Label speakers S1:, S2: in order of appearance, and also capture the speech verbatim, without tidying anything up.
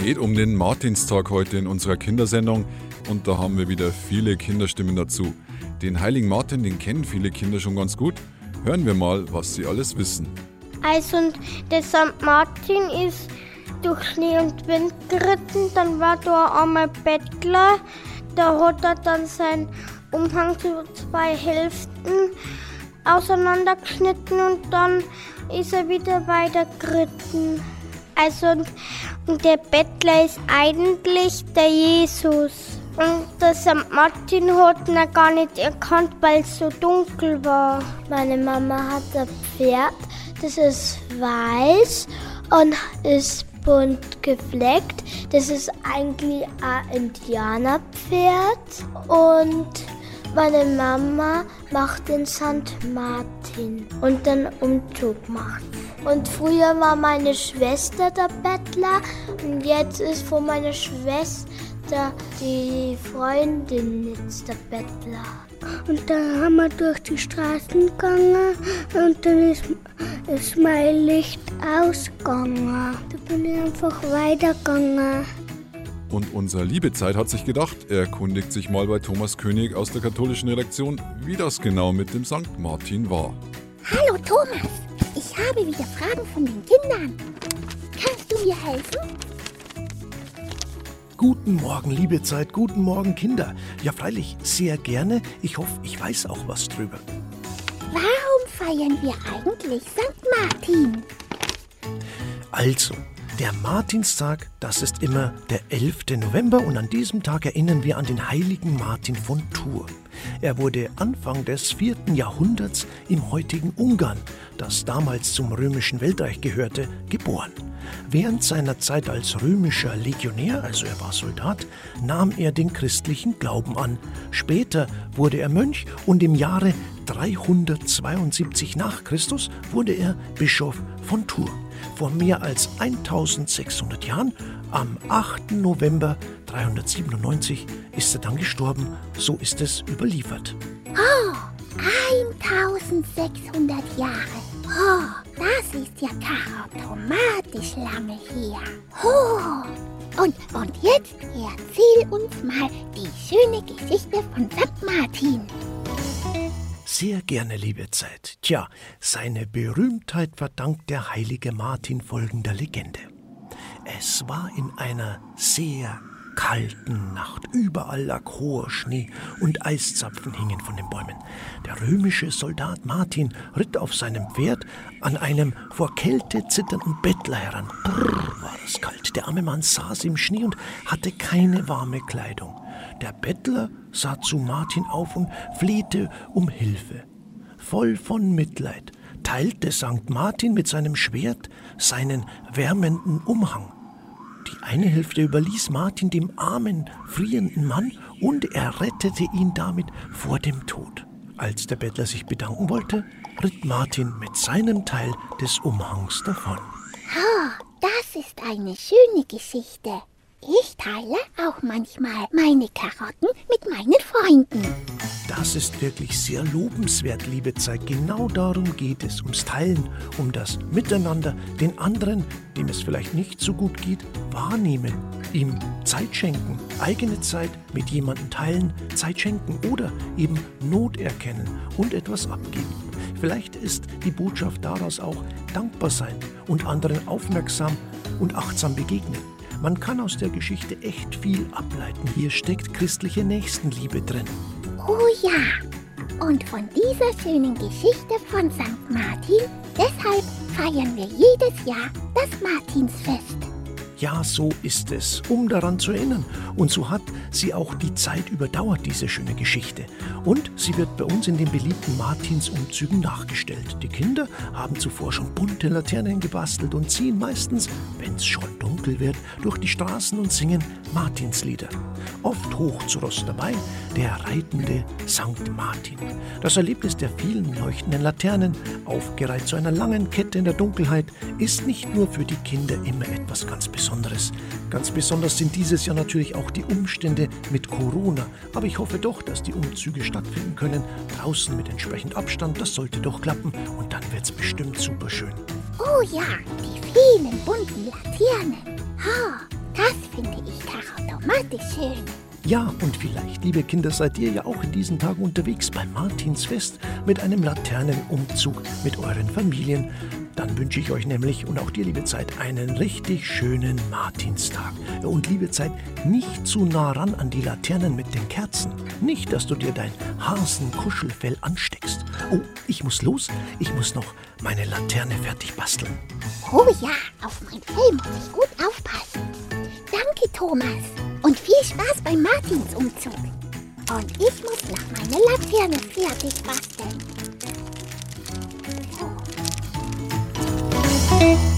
S1: geht um den Martinstag heute in unserer Kindersendung und da haben wir wieder viele Kinderstimmen dazu. Den heiligen Martin, den kennen viele Kinder schon ganz gut. Hören wir mal, was sie alles wissen.
S2: Also der Sankt Martin ist durch Schnee und Wind geritten, dann war da einmal Bettler, da hat er dann seinen Umhang zu zwei Hälften auseinandergeschnitten und dann ist er wieder weiter geritten. Also der Bettler ist eigentlich der Jesus. Und der Sankt Martin hat ihn gar nicht erkannt, weil es so dunkel war. Meine Mama hat ein Pferd, das ist weiß und ist bunt gefleckt. Das ist eigentlich ein Indianerpferd. Und meine Mama macht den Sankt Martin und den Umzug macht. Und früher war meine Schwester der Bettler und jetzt ist von meiner Schwester die Freundin jetzt der Bettler. Und dann haben wir durch die Straßen gegangen und dann ist, ist mein Licht ausgegangen. Da bin ich einfach weitergegangen.
S1: Und unser Liebezeit hat sich gedacht, er erkundigt sich mal bei Thomas König aus der katholischen Redaktion, wie das genau mit dem Sankt Martin war.
S3: Hallo Thomas, ich habe wieder Fragen von den Kindern. Kannst du mir helfen?
S4: Guten Morgen, liebe Zeit, guten Morgen, Kinder. Ja, freilich, sehr gerne. Ich hoffe, ich weiß auch was drüber.
S3: Warum feiern wir eigentlich Sankt Martin?
S4: Also, der Martinstag, das ist immer der elfte November und an diesem Tag erinnern wir an den heiligen Martin von Tours. Er wurde Anfang des vierten Jahrhunderts im heutigen Ungarn, das damals zum römischen Weltreich gehörte, geboren. Während seiner Zeit als römischer Legionär, also er war Soldat, nahm er den christlichen Glauben an. Später wurde er Mönch und im Jahre dreihundertzweiundsiebzig nach Christus wurde er Bischof von Tours. Vor mehr als eintausendsechshundert Jahren, am achten November dreihundertsiebenundneunzig, ist er dann gestorben. So ist es überliefert.
S3: Oh, eintausendsechshundert Jahre. Oh, das ist ja automatisch lange her. Oh. Und, und jetzt erzähl uns mal die schöne Geschichte von Sankt Martin.
S4: Sehr gerne, liebe Zeit. Tja, seine Berühmtheit verdankt der heilige Martin folgender Legende. Es war in einer sehr kalten Nacht. Überall lag hoher Schnee und Eiszapfen hingen von den Bäumen. Der römische Soldat Martin ritt auf seinem Pferd an einem vor Kälte zitternden Bettler heran. Brrr, war es kalt. Der arme Mann saß im Schnee und hatte keine warme Kleidung. Der Bettler sah zu Martin auf und flehte um Hilfe. Voll von Mitleid teilte Sankt Martin mit seinem Schwert seinen wärmenden Umhang. Die eine Hälfte überließ Martin dem armen, frierenden Mann und er rettete ihn damit vor dem Tod. Als der Bettler sich bedanken wollte, ritt Martin mit seinem Teil des Umhangs davon.
S3: Oh, das ist eine schöne Geschichte. Ich teile auch manchmal meine Karotten mit meinen Freunden.
S4: Das ist wirklich sehr lobenswert, liebe Zeit. Genau darum geht es, ums Teilen, um das Miteinander, den anderen, dem es vielleicht nicht so gut geht, wahrnehmen, ihm Zeit schenken, eigene Zeit mit jemandem teilen, Zeit schenken oder eben Not erkennen und etwas abgeben. Vielleicht ist die Botschaft daraus auch dankbar sein und anderen aufmerksam und achtsam begegnen. Man kann aus der Geschichte echt viel ableiten. Hier steckt christliche Nächstenliebe drin.
S3: Oh ja, und von dieser schönen Geschichte von Sankt Martin, deshalb feiern wir jedes Jahr das Martinsfest.
S4: Ja, so ist es, um daran zu erinnern. Und so hat sie auch die Zeit überdauert, diese schöne Geschichte. Und sie wird bei uns in den beliebten Martinsumzügen nachgestellt. Die Kinder haben zuvor schon bunte Laternen gebastelt und ziehen meistens, wenn es schon dunkel wird, durch die Straßen und singen Martinslieder. Oft hoch zu Ross dabei der reitende Sankt Martin. Das Erlebnis der vielen leuchtenden Laternen, aufgereiht zu einer langen Kette in der Dunkelheit, ist nicht nur für die Kinder immer etwas ganz Besonderes. Ganz besonders sind dieses Jahr natürlich auch die Umstände mit Corona. Aber ich hoffe doch, dass die Umzüge stattfinden können. Draußen mit entsprechend Abstand, das sollte doch klappen. Und dann wird's bestimmt super schön.
S3: Oh ja, die vielen bunten Laternen. Oh, Das finde ich automatisch schön.
S4: Ja, und vielleicht, liebe Kinder, seid ihr ja auch in diesen Tagen unterwegs beim Martinsfest mit einem Laternenumzug mit euren Familien. Dann wünsche ich euch nämlich und auch dir, liebe Zeit, einen richtig schönen Martinstag. Und liebe Zeit, nicht zu nah ran an die Laternen mit den Kerzen. Nicht, dass du dir dein Hasenkuschelfell ansteckst. Oh, ich muss los. Ich muss noch meine Laterne fertig basteln.
S3: Oh ja, auf mein Fell muss ich gut aufpassen. Danke, Thomas. Und viel Spaß beim Martinsumzug. Und ich muss noch meine Laterne fertig basteln. So.